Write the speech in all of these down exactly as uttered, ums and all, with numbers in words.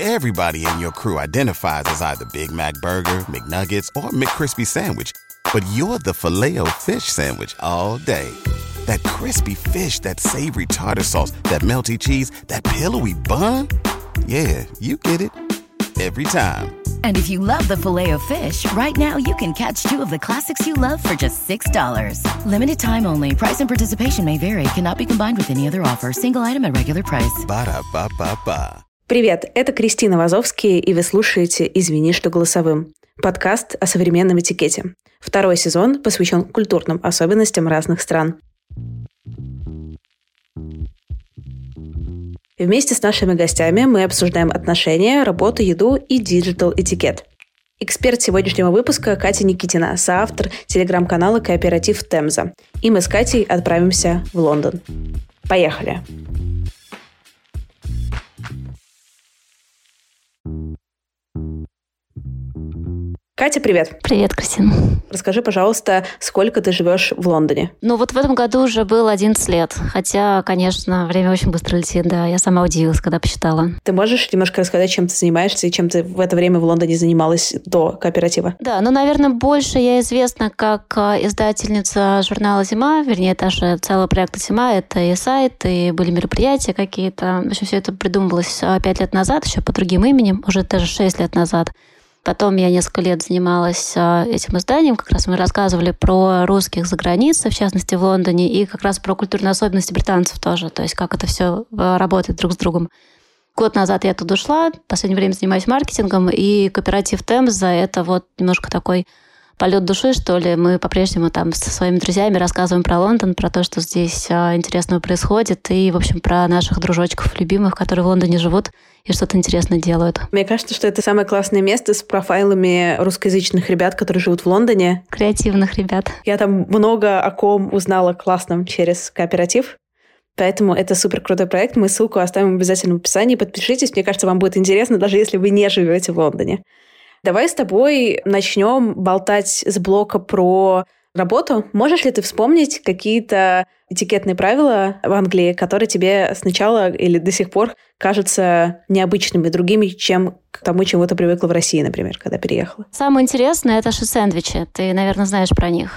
Everybody in your crew identifies as either Big Mac Burger, McNuggets, or McCrispy Sandwich. But you're the Filet-O-Fish Sandwich all day. That crispy fish, that savory tartar sauce, that melty cheese, that pillowy bun. Yeah, you get it. Every time. And if you love the Filet-O-Fish, right now you can catch two of the classics you love for just six dollars. Limited time only. Price and participation may vary. Cannot be combined with any other offer. Single item at regular price. Ба-да-ба-ба-ба. Привет, это Кристина Вазовский, и вы слушаете «Извини, что голосовым» – подкаст о современном этикете. Второй сезон посвящен культурным особенностям разных стран. Вместе с нашими гостями мы обсуждаем отношения, работу, еду и диджитал-этикет. Эксперт сегодняшнего выпуска Катя Никитина, соавтор телеграм-канала «Кооператив Темза». И мы с Катей отправимся в Лондон. Поехали! Катя, привет. Привет, Кристина. Расскажи, пожалуйста, сколько ты живешь в Лондоне? Ну вот в этом году уже было одиннадцать лет. Хотя, конечно, время очень быстро летит, да. Я сама удивилась, когда посчитала. Ты можешь немножко рассказать, чем ты занимаешься и чем ты в это время в Лондоне занималась до кооператива? Да, ну, наверное, больше я известна как издательница журнала «Зима». Вернее, даже целый проект «Зима». Это и сайт, и были мероприятия какие-то. В общем, все это придумывалось пять лет назад, еще по другим именем, уже даже шесть лет назад. Потом я несколько лет занималась этим изданием. Как раз мы рассказывали про русских за границей, в частности, в Лондоне, и как раз про культурные особенности британцев тоже, то есть как это все работает друг с другом. Год назад я туда ушла, в последнее время занимаюсь маркетингом, и кооператив Темза — это вот немножко такой полет души, что ли. Мы по-прежнему там со своими друзьями рассказываем про Лондон, про то, что здесь интересного происходит, и, в общем, про наших дружочков любимых, которые в Лондоне живут и что-то интересное делают. Мне кажется, что это самое классное место с профайлами русскоязычных ребят, которые живут в Лондоне. Креативных ребят. Я там много о ком узнала классном через кооператив. Поэтому это супер крутой проект. Мы ссылку оставим обязательно в описании. Подпишитесь, мне кажется, вам будет интересно, даже если вы не живете в Лондоне. Давай с тобой начнем болтать с блока про работу. Можешь ли ты вспомнить какие-то этикетные правила в Англии, которые тебе сначала или до сих пор кажутся необычными, другими, чем к тому, чему ты привыкла в России, например, когда переехала? Самое интересное — это ши-сэндвичи. Ты, наверное, знаешь про них.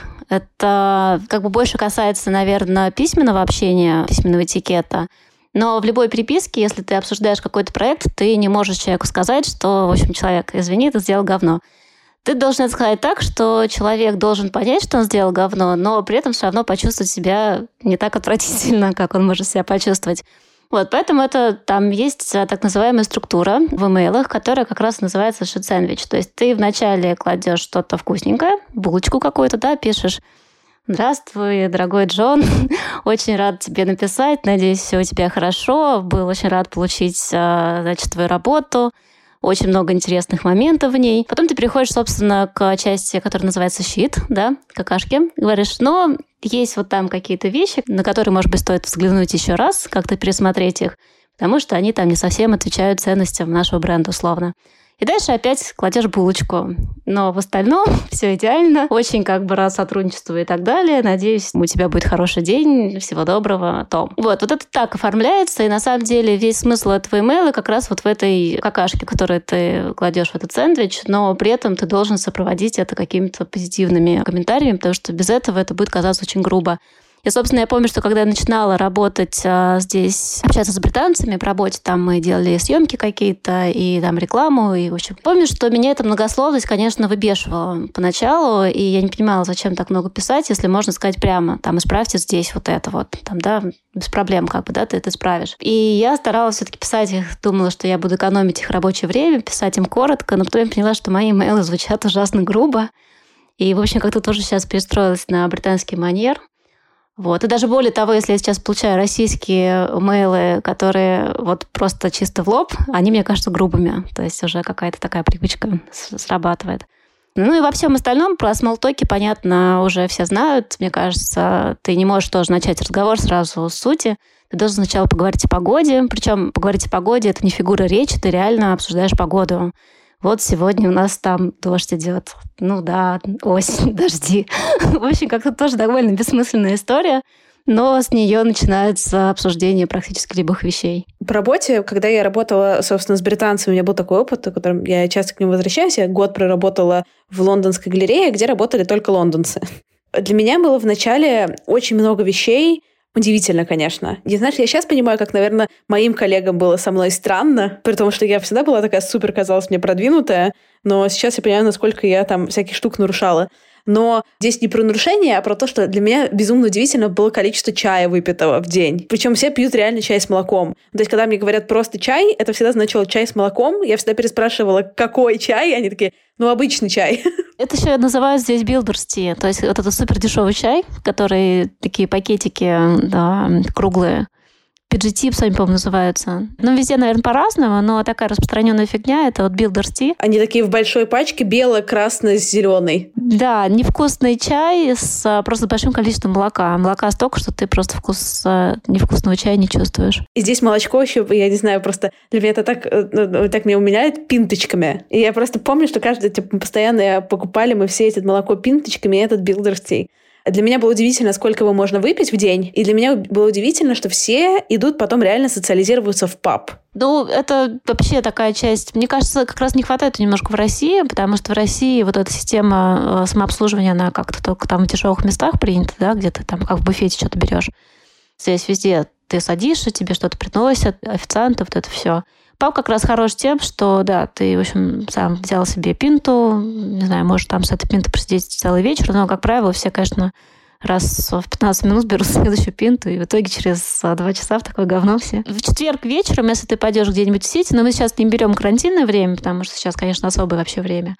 Это как бы больше касается, наверное, письменного общения, письменного этикета. Но в любой переписке, если ты обсуждаешь какой-то проект, ты не можешь человеку сказать, что, в общем, человек, извини, ты сделал говно. Ты должен это сказать так, что человек должен понять, что он сделал говно, но при этом все равно почувствовать себя не так отвратительно, как он может себя почувствовать. Вот, поэтому это, там есть так называемая структура в имейлах, которая как раз называется ши-сэндвич. То есть ты вначале кладешь что-то вкусненькое, булочку какую-то, да, пишешь: «Здравствуй, дорогой Джон, очень рад тебе написать, надеюсь, все у тебя хорошо, был очень рад получить, значит, твою работу, очень много интересных моментов в ней». Потом ты переходишь, собственно, к части, которая называется щит, да, какашки, говоришь: но есть вот там какие-то вещи, на которые, может быть, стоит взглянуть еще раз, как-то пересмотреть их, потому что они там не совсем отвечают ценностям нашего бренда, условно. И дальше опять кладешь булочку. Но в остальном все идеально. Очень как бы рад сотрудничеству и так далее. Надеюсь, у тебя будет хороший день. Всего доброго, Том. Вот, вот это так оформляется. И на самом деле весь смысл этого имейла как раз вот в этой какашке, которую ты кладешь в этот сэндвич. Но при этом ты должен сопроводить это какими-то позитивными комментариями, потому что без этого это будет казаться очень грубо. И, собственно, я помню, что когда я начинала работать а, здесь, общаться с британцами по работе, там мы делали съемки какие-то и там рекламу, и, в общем, помню, что меня эта многословность, конечно, выбешивала поначалу, и я не понимала, зачем так много писать, если можно сказать прямо, там, исправьте здесь вот это вот, там, да, без проблем, как бы, да, ты это исправишь. И я старалась все-таки писать их, думала, что я буду экономить их рабочее время, писать им коротко, но потом я поняла, что мои имейлы звучат ужасно грубо, и, в общем, как-то тоже сейчас перестроилась на британский манер. Вот. И даже более того, если я сейчас получаю российские мейлы, которые вот просто чисто в лоб, они мне кажутся грубыми. То есть уже какая-то такая привычка срабатывает. Ну и во всем остальном про смолтоки, понятно, уже все знают. Мне кажется, ты не можешь тоже начать разговор сразу с сути. Ты должен сначала поговорить о погоде. Причем поговорить о погоде — это не фигура речи, ты реально обсуждаешь погоду. Вот сегодня у нас там дождь идет. Ну да, осень, дожди. В общем, как-то тоже довольно бессмысленная история. но с нее начинается обсуждение практически любых вещей. По работе, когда я работала, собственно, с британцами, у меня был такой опыт, о котором я часто к нему возвращаюсь. Я год проработала в лондонской галерее, где работали только лондонцы. Для меня было вначале очень много вещей. Удивительно, конечно. И знаешь, я сейчас понимаю, как, наверное, моим коллегам было со мной странно, при том, что я всегда была такая супер, казалось мне, продвинутая, но сейчас я понимаю, насколько я там всяких штук нарушала. Но здесь не про нарушение, а про то, что для меня безумно удивительно было количество чая выпитого в день. Причем все пьют реально чай с молоком. То есть, когда мне говорят просто чай, это всегда значило чай с молоком. Я всегда переспрашивала, какой чай, и они такие, ну, обычный чай. Это еще называют здесь билдерс-ти. То есть вот это супер дешевый чай, который такие пакетики, да, круглые. пи джи ти, сами, по-моему, называются. Ну, везде, наверное, по-разному, но такая распространенная фигня — это вот билдерс-ти. Они такие в большой пачке, бело-красно-зеленый. Да, невкусный чай с просто большим количеством молока. Молока столько, что ты просто вкус невкусного чая не чувствуешь. И здесь молочко еще, я не знаю, просто для меня это так, так меня умиляет пинточками. И я просто помню, что каждый, типа, постоянно покупали мы все это молоко пинточками и этот билдерс-ти. Для меня было удивительно, сколько его можно выпить в день. И для меня было удивительно, что все идут потом реально социализироваться в паб. Ну, это вообще такая часть. Мне кажется, как раз не хватает немножко в России, потому что в России вот эта система самообслуживания, она как-то только там в дешевых местах принята, да, где ты там как в буфете что-то берешь. Здесь везде ты садишься, тебе что-то приносят, официанты, вот это все. Паб как раз хорош тем, что, да, ты, в общем, сам взял себе пинту, не знаю, можешь там с этой пинтой просидеть целый вечер, но, как правило, все, конечно, раз в пятнадцать минут берут следующую пинту, и в итоге через два часа в такое говно все. В четверг вечером, если ты пойдешь где-нибудь в Сити, но мы сейчас не берем карантинное время, потому что сейчас, конечно, особое вообще время,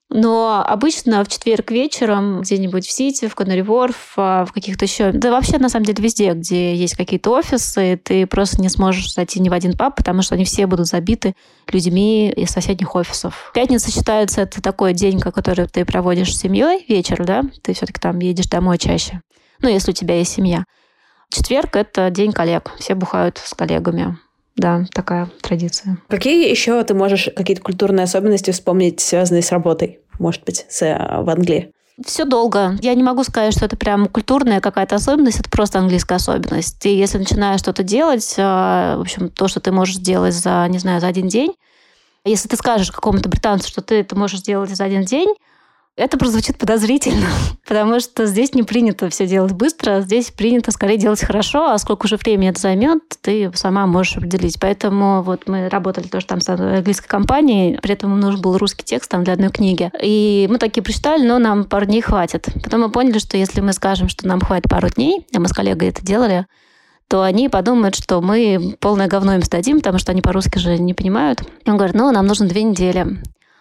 но обычно в четверг вечером где-нибудь в Сити, в Канари-Ворф, в каких-то еще... Да вообще, на самом деле, везде, где есть какие-то офисы, ты просто не сможешь зайти ни в один паб, потому что они все будут забиты людьми из соседних офисов. Пятница считается, это такой день, который ты проводишь с семьей, вечер, да? Ты все-таки там едешь домой чаще. Ну, если у тебя есть семья. Четверг — это день коллег. Все бухают с коллегами. Да, такая традиция. Какие еще ты можешь какие-то культурные особенности вспомнить, связанные с работой, может быть, с, в Англии? Все долго. Я не могу сказать, что это прям культурная какая-то особенность, это просто английская особенность. Ты, если начинаешь что-то делать, в общем, то, что ты можешь сделать за, не знаю, за один день, если ты скажешь какому-то британцу, что ты это можешь сделать за один день, это прозвучит подозрительно, потому что здесь не принято все делать быстро, здесь принято скорее делать хорошо, а сколько уже времени это займет, ты сама можешь определить. Поэтому вот мы работали тоже там с английской компанией, при этом нам нужен был русский текст там для одной книги. И мы такие прочитали, но нам пару дней хватит. Потом мы поняли, что если мы скажем, что нам хватит пару дней, а мы с коллегой это делали, то они подумают, что мы полное говно им сдадим, потому что они по-русски же не понимают. И он говорит, ну, нам нужно две недели.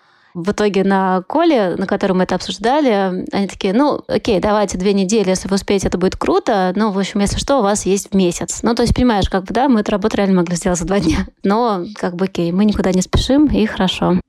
В итоге на коле, на котором мы это обсуждали, они такие, ну, окей, давайте две недели, если вы успеете, это будет круто, но, в общем, если что, у вас есть месяц. Ну, то есть, понимаешь, как бы, да, мы эту работу реально могли сделать за два дня. Но, как бы, окей, мы никуда не спешим, и хорошо.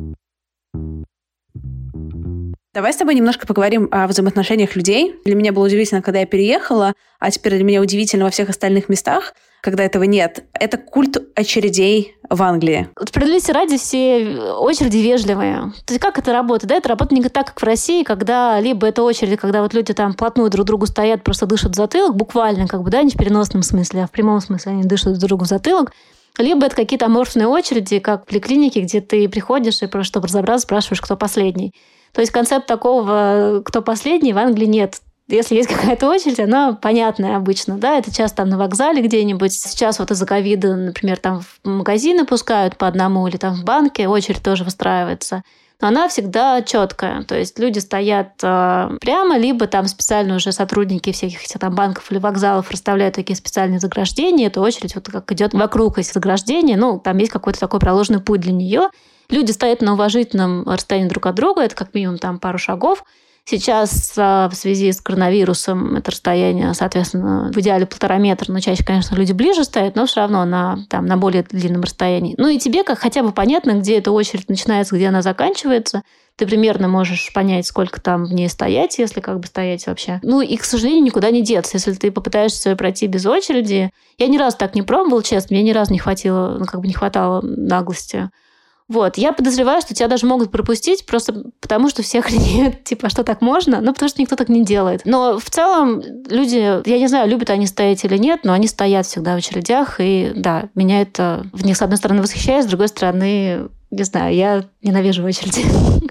Давай с тобой немножко поговорим о взаимоотношениях людей. Для меня было удивительно, когда я переехала, а теперь для меня удивительно во всех остальных местах, когда этого нет. Это культ очередей в Англии. Справедливости ради, все очереди вежливые. То есть как это работает? Да, это работает не так, как в России, когда либо это очередь, когда вот люди там вплотную друг к другу стоят, просто дышат в затылок, буквально, как бы, да, не в переносном смысле, а в прямом смысле они дышат друг другу в затылок. Либо это какие-то аморфные очереди, как в поликлинике, где ты приходишь и просто, чтобы разобраться, спрашиваешь, кто последний. То есть концепт такого, кто последний, в Англии нет. Если есть какая-то очередь, она понятная обычно. Да? Это часто там на вокзале где-нибудь. Сейчас вот из-за ковида, например, там в магазины пускают по одному, или там в банке очередь тоже выстраивается. Но она всегда четкая. То есть люди стоят прямо, либо там специально уже сотрудники всяких этих там банков или вокзалов расставляют такие специальные заграждения. Эта очередь вот как идет вокруг этих заграждений. Ну, там есть какой-то такой проложенный путь для нее. Люди стоят на уважительном расстоянии друг от друга, это как минимум там пару шагов. Сейчас в связи с коронавирусом это расстояние, соответственно, в идеале полтора метра, но чаще, конечно, люди ближе стоят, но все равно на, там, на более длинном расстоянии. Ну и тебе как хотя бы понятно, где эта очередь начинается, где она заканчивается. Ты примерно можешь понять, сколько там в ней стоять, если как бы стоять вообще. Ну и, к сожалению, никуда не деться. Если ты попытаешься пройти без очереди... Я ни разу так не пробовала, честно, мне ни разу не хватило, ну как бы не хватало наглости Вот, я подозреваю, что тебя даже могут пропустить просто потому, что все охренеют, типа, что так можно? Ну, потому что никто так не делает. Но в целом люди, я не знаю, любят они стоять или нет, но они стоят всегда в очередях, и да, меня это в них, с одной стороны, восхищает, с другой стороны, не знаю, я ненавижу очереди.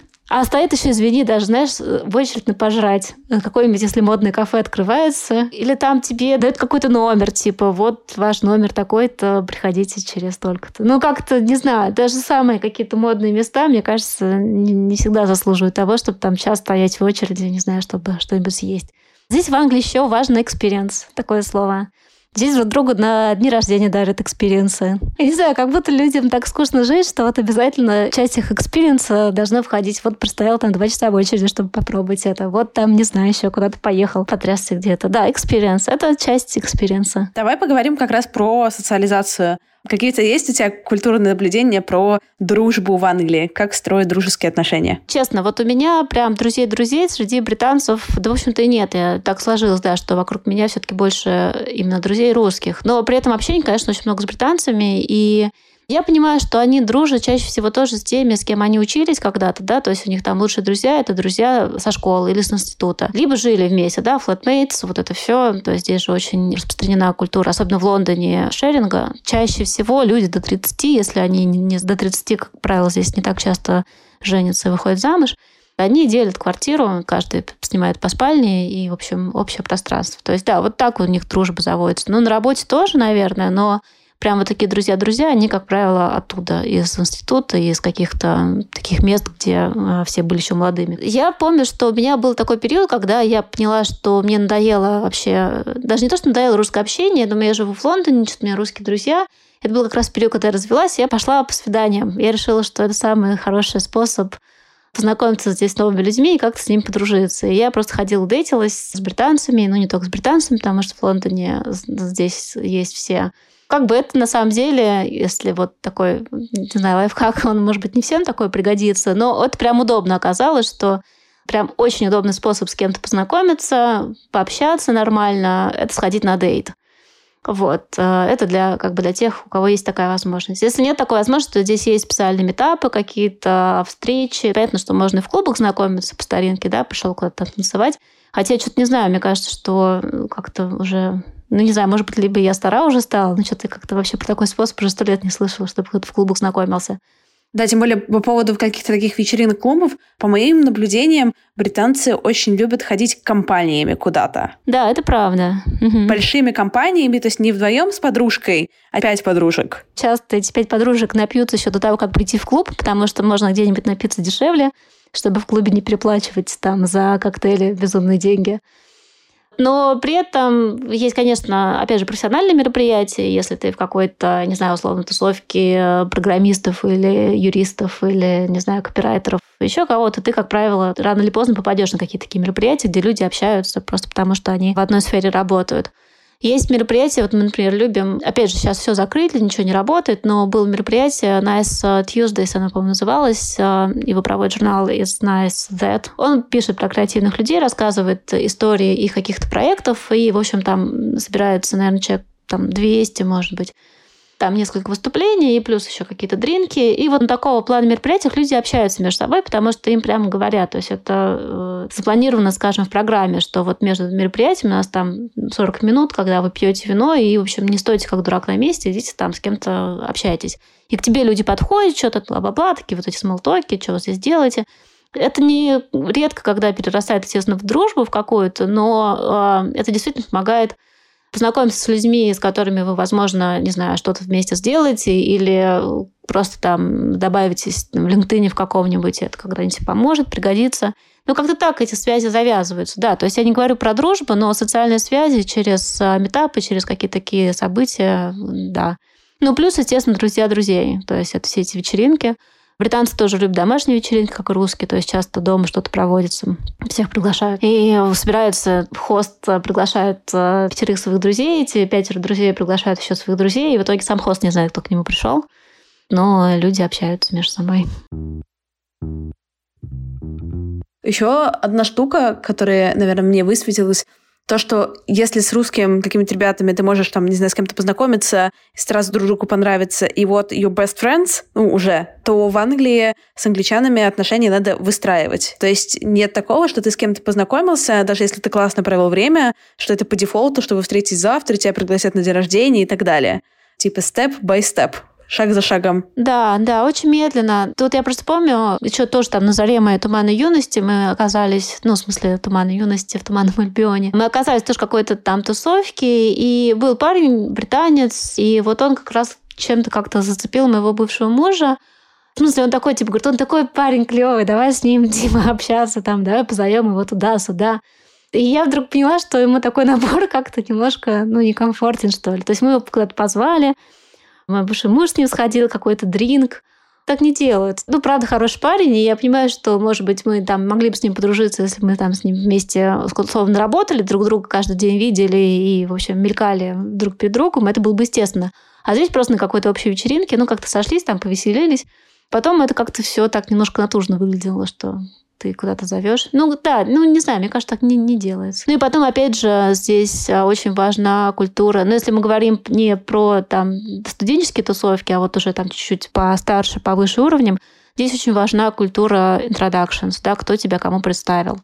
А стоит еще, извини, даже, знаешь, в очередь на пожрать. Какое-нибудь, если модное кафе открывается, или там тебе дают какой-то номер, типа, вот ваш номер такой-то, приходите через столько-то. Ну, как-то, не знаю, даже самые какие-то модные места, мне кажется, не всегда заслуживают того, чтобы там час стоять в очереди, не знаю, чтобы что-нибудь съесть. Здесь в Англии еще важен experience, такое слово. Здесь друг другу на дни рождения дарят экспириенсы. Я не знаю, как будто людям так скучно жить, что вот обязательно часть их экспириенса должна входить. Вот простоял там два часа в очереди, чтобы попробовать это. Вот там, не знаю, еще куда-то поехал, потрясся где-то. Да, экспириенс. Это часть экспириенса. Давай поговорим как раз про социализацию. Какие-то есть у тебя культурные наблюдения про дружбу в Англии? Как строят дружеские отношения? Честно, вот у меня прям друзей-друзей среди британцев, да, в общем-то, и нет. Я так сложилось, да, что вокруг меня все-таки больше именно друзей русских. Но при этом общение, конечно, очень много с британцами, и я понимаю, что они дружат чаще всего тоже с теми, с кем они учились когда-то, да, то есть у них там лучшие друзья — это друзья со школы или с института. Либо жили вместе, да, flatmates, вот это все. То есть здесь же очень распространена культура, особенно в Лондоне, шеринга. Чаще всего люди до тридцати, если они не до тридцати, как правило, здесь не так часто женятся и выходят замуж, они делят квартиру, каждый снимает по спальне и, в общем, общее пространство. То есть, да, вот так у них дружба заводится. Ну, на работе тоже, наверное, но прям вот такие друзья-друзья, они, как правило, оттуда, из института, из каких-то таких мест, где все были еще молодыми. Я помню, что у меня был такой период, когда я поняла, что мне надоело вообще, даже не то, что надоело русское общение, я думаю, я живу в Лондоне, что у меня русские друзья. Это был как раз период, когда я развелась, и я пошла по свиданиям. Я решила, что это самый хороший способ познакомиться здесь с новыми людьми и как-то с ними подружиться. И я просто ходила, дейтилась с британцами, ну, не только с британцами, потому что в Лондоне здесь есть все. Как бы это на самом деле, если вот такой, не знаю, лайфхак, он, может быть, не всем такой пригодится, но это прям удобно оказалось, что прям очень удобный способ с кем-то познакомиться, пообщаться нормально, это сходить на дейт. Вот. Это для, как бы для тех, у кого есть такая возможность. Если нет такой возможности, то здесь есть специальные митапы, какие-то встречи. Понятно, что можно и в клубах знакомиться по старинке, да, пришел куда-то танцевать. Хотя я что-то не знаю, мне кажется, что как-то уже... Ну, не знаю, может быть, либо я стара уже стала, но что-то как-то вообще про такой способ уже сто лет не слышала, чтобы кто-то в клубах знакомился. Да, тем более по поводу каких-то таких вечеринок, клубов, по моим наблюдениям, британцы очень любят ходить компаниями куда-то. Да, это правда. Угу. Большими компаниями, то есть не вдвоем с подружкой, а пять подружек. Часто эти пять подружек напьются еще до того, как прийти в клуб, потому что можно где-нибудь напиться дешевле, чтобы в клубе не переплачивать там за коктейли безумные деньги. Но при этом есть, конечно, опять же, профессиональные мероприятия. Если ты в какой-то, не знаю, условно, тусовке программистов или юристов, или, не знаю, копирайтеров, еще кого-то, ты, как правило, рано или поздно попадешь на какие-то такие мероприятия, где люди общаются просто потому, что они в одной сфере работают. Есть мероприятия, вот мы, например, любим, опять же, сейчас все закрыли, ничего не работает, но было мероприятие Nice Tuesdays, оно, по-моему, называлось, его проводит журнал It's Nice That. Он пишет про креативных людей, рассказывает истории их каких-то проектов, и, в общем, там собирается, наверное, человек там двести, может быть. Там несколько выступлений, и плюс еще какие-то дринки. И вот на такого плана мероприятиях люди общаются между собой, потому что им прямо говорят. То есть это запланировано, скажем, в программе, что вот между мероприятиями у нас там сорок минут, когда вы пьете вино, и, в общем, не стойте как дурак на месте, идите там с кем-то общайтесь. И к тебе люди подходят, что-то бла-бла-бла, такие вот эти смолтоки, что вы здесь делаете. Это не редко, когда перерастает, естественно, в дружбу в какую-то, но это действительно помогает познакомиться с людьми, с которыми вы, возможно, не знаю, что-то вместе сделаете, или просто там добавитесь в LinkedIn в каком-нибудь, это когда-нибудь поможет, пригодится. Ну, как-то так эти связи завязываются. Да, то есть я не говорю про дружбу, но социальные связи через митапы, через какие-то такие события, да. Ну, плюс, естественно, друзья друзей. То есть это все эти вечеринки. Британцы тоже любят домашние вечеринки, как и русские, то есть часто дома что-то проводится, всех приглашают. И собирается, хост приглашает пятерых своих друзей, эти пятеро друзей приглашают еще своих друзей, и в итоге сам хост не знает, кто к нему пришел, но люди общаются между собой. Еще одна штука, которая, наверное, мне высветилась То, что если с русским какими-то ребятами ты можешь, там, не знаю, с кем-то познакомиться, сразу друг другу понравиться, и вот your best friends, ну, уже, то в Англии с англичанами отношения надо выстраивать. То есть нет такого, что ты с кем-то познакомился, даже если ты классно провел время, что это по дефолту, что вы встретитесь завтра, тебя пригласят на день рождения и так далее. Типа step by step. Шаг за шагом. Да, да, очень медленно. Тут я просто помню, еще тоже там на заре моей туманной юности мы оказались, ну, в смысле, туманной юности в Туманном Альбионе. Мы оказались тоже в какой-то там тусовке, и был парень, британец, и вот он как раз чем-то как-то зацепил моего бывшего мужа. В смысле, он такой, типа, говорит, он такой парень клевый, давай с ним, типа, общаться там, давай позовем его туда-сюда. И я вдруг поняла, что ему такой набор как-то немножко, ну, некомфортен, что ли. То есть мы его куда-то позвали, мой бывший муж с ним сходил, какой-то дринк. Так не делают. Ну, правда, хороший парень, и я понимаю, что, может быть, мы там могли бы с ним подружиться, если мы там с ним вместе условно работали, друг друга каждый день видели и, в общем, мелькали друг перед другом, это было бы естественно. А здесь просто на какой-то общей вечеринке, ну, как-то сошлись, там повеселились. Потом это как-то все так немножко натужно выглядело, что ты куда-то зовешь. Ну, да, ну, не знаю, мне кажется, так не, не делается. Ну, и потом, опять же, здесь очень важна культура. Ну, если мы говорим не про там студенческие тусовки, а вот уже там чуть-чуть постарше, повыше уровнем, здесь очень важна культура introductions, да, кто тебя кому представил.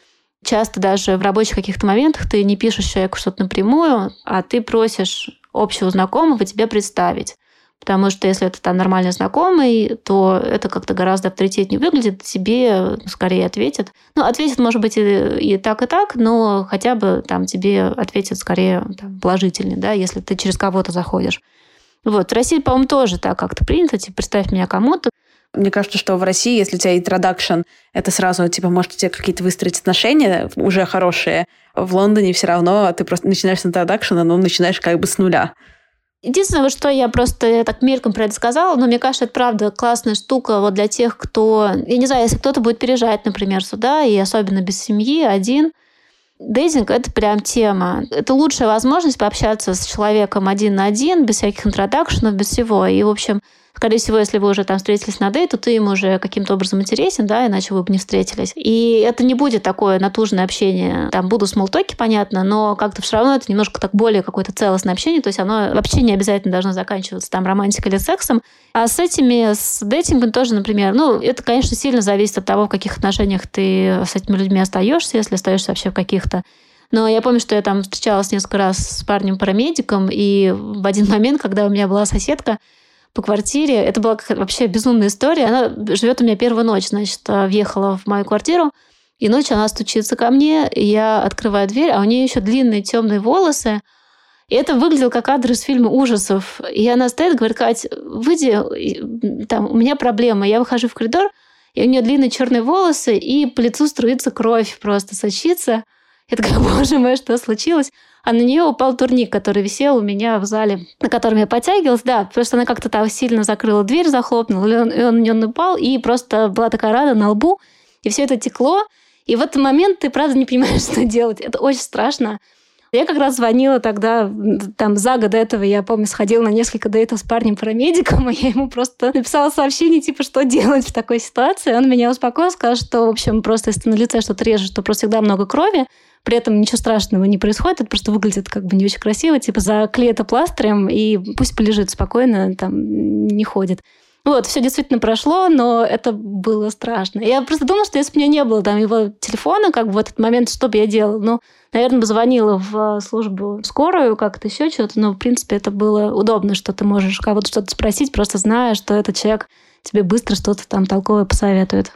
Часто даже в рабочих каких-то моментах ты не пишешь человеку что-то напрямую, а ты просишь общего знакомого тебе представить. Потому что если это там нормальный знакомый, то это как-то гораздо авторитетнее выглядит, тебе скорее ответят. Ну, ответят, может быть, и, и так, и так, но хотя бы там тебе ответят скорее там, положительно, да, если ты через кого-то заходишь. Вот. В России, по-моему, тоже так как-то принято, типа, представь меня кому-то. Мне кажется, что в России, если у тебя introduction, это сразу, типа, может, у тебя какие-то выстроить отношения уже хорошие. В Лондоне все равно ты просто начинаешь с introduction, но начинаешь как бы с нуля. Единственное, что я просто я так мельком про это сказала, но мне кажется, это правда классная штука вот для тех, кто... Я не знаю, если кто-то будет переезжать, например, сюда, и особенно без семьи, один. Дейтинг — это прям тема. Это лучшая возможность пообщаться с человеком один на один, без всяких интродакшенов, без всего. И, в общем, скорее всего, если вы уже там встретились на дейт, то ты ему уже каким-то образом интересен, да, иначе вы бы не встретились. И это не будет такое натужное общение. Там будут смолтоки, понятно, но как-то все равно это немножко так более какое-то целостное общение, то есть оно вообще не обязательно должно заканчиваться там романтикой или сексом. А с этими, с дейтингом тоже, например, ну, это, конечно, сильно зависит от того, в каких отношениях ты с этими людьми остаешься, если остаешься вообще в каких-то. Но я помню, что я там встречалась несколько раз с парнем-парамедиком, и в один момент, когда у меня была соседка по квартире, это была вообще безумная история. Она живет у меня первую ночь, значит, въехала в мою квартиру, и ночью она стучится ко мне, я открываю дверь, а у нее еще длинные темные волосы. И это выглядело как кадр из фильма ужасов. И она стоит, говорит: Кать, выйди, там, у меня проблема. Я выхожу в коридор, и у нее длинные черные волосы, и по лицу струится кровь, просто сочится. Я такая: боже мой, что случилось? А на нее упал турник, который висел у меня в зале, на котором я подтягивалась. Да, просто она как-то там сильно закрыла дверь, захлопнула, и он, и он на нее упал, и просто была такая рана на лбу, и все это текло. И в этот момент ты, правда, не понимаешь, что делать. Это очень страшно. Я как раз звонила тогда, там, за год до этого, я помню, сходила на несколько дейтов с парнем-парамедиком, и я ему просто написала сообщение, типа, что делать в такой ситуации. Он меня успокоил, сказал, что, в общем, просто если ты на лице что-то режешь, то просто всегда много крови, при этом ничего страшного не происходит, это просто выглядит как бы не очень красиво, типа, заклей это пластырем, и пусть полежит спокойно, там, не ходит. Вот, все действительно прошло, но это было страшно. Я просто думала, что если бы у меня не было там его телефона, как бы в этот момент, что бы я делала? Ну, наверное, бы звонила в службу скорую, как-то еще что-то, но, в принципе, это было удобно, что ты можешь кого-то что-то спросить, просто зная, что этот человек тебе быстро что-то там толковое посоветует.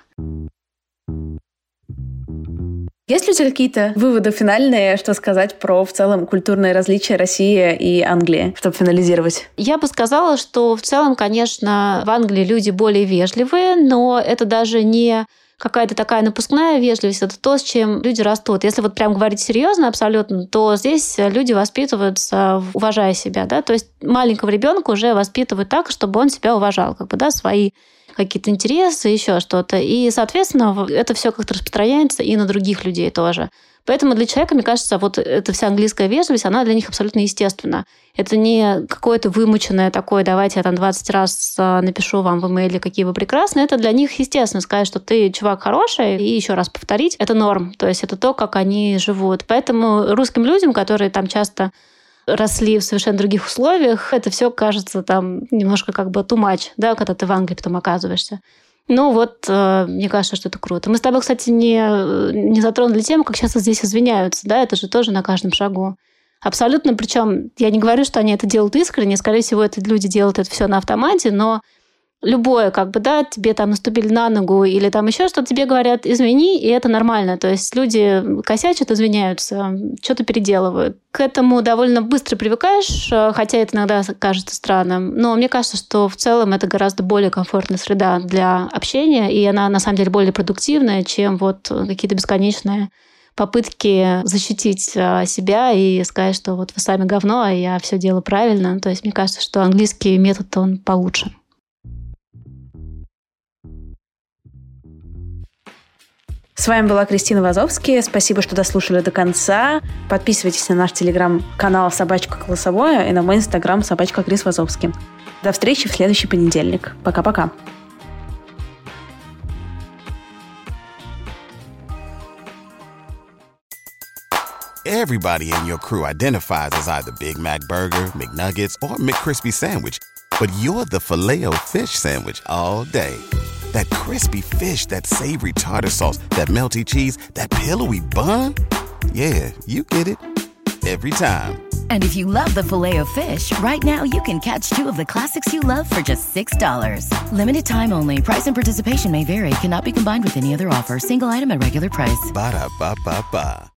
Есть ли у тебя какие-то выводы финальные, что сказать про в целом культурные различия России и Англии, чтобы финализировать? Я бы сказала, что в целом, конечно, в Англии люди более вежливые, но это даже не какая-то такая напускная вежливость, это то, с чем люди растут. Если вот прям говорить серьезно абсолютно, то здесь люди воспитываются, уважая себя, да, то есть маленького ребенка уже воспитывают так, чтобы он себя уважал, как бы, да, свои какие-то интересы, еще что-то. И, соответственно, это все как-то распространяется и на других людей тоже. Поэтому для человека, мне кажется, вот эта вся английская вежливость, она для них абсолютно естественна. Это не какое-то вымученное такое, давайте я там двадцать раз напишу вам в имейле, какие вы прекрасные. Это для них естественно сказать, что ты чувак хороший, и еще раз повторить. Это норм. То есть это то, как они живут. Поэтому русским людям, которые там часто росли в совершенно других условиях, это все кажется там немножко как бы too much, да, когда ты в Англии потом оказываешься. Ну вот, мне кажется, что это круто. Мы с тобой, кстати, не, не затронули тему, как часто здесь извиняются, да, это же тоже на каждом шагу. Абсолютно, причем я не говорю, что они это делают искренне, скорее всего, это люди делают это все на автомате, но любое, как бы, да, тебе там наступили на ногу или там еще что-то, тебе говорят, извини, и это нормально. То есть люди косячат, извиняются, что-то переделывают. К этому довольно быстро привыкаешь, хотя это иногда кажется странным. Но мне кажется, что в целом это гораздо более комфортная среда для общения, и она на самом деле более продуктивная, чем вот какие-то бесконечные попытки защитить себя и сказать, что вот вы сами говно, а я все делаю правильно. То есть мне кажется, что английский метод, он получше. С вами была Кристина Вазовский. Спасибо, что дослушали до конца. Подписывайтесь на наш телеграм-канал «Собачка Голосовое» и на мой инстаграм «Собачка Крис Вазовский». До встречи в следующий понедельник. Пока-пока. Everybody in your crew identifies as either Big Mac Burger, McNuggets, or McCrispy Sandwich. But you're the Filet-O-Fish Sandwich all day. That crispy fish, that savory tartar sauce, that melty cheese, that pillowy bun. Yeah, you get it. Every time. And if you love the Filet-O-Fish, right now you can catch two of the classics you love for just six dollars. Limited time only. Price and participation may vary. Cannot be combined with any other offer. Single item at regular price. Ba-da-ba-ba-ba.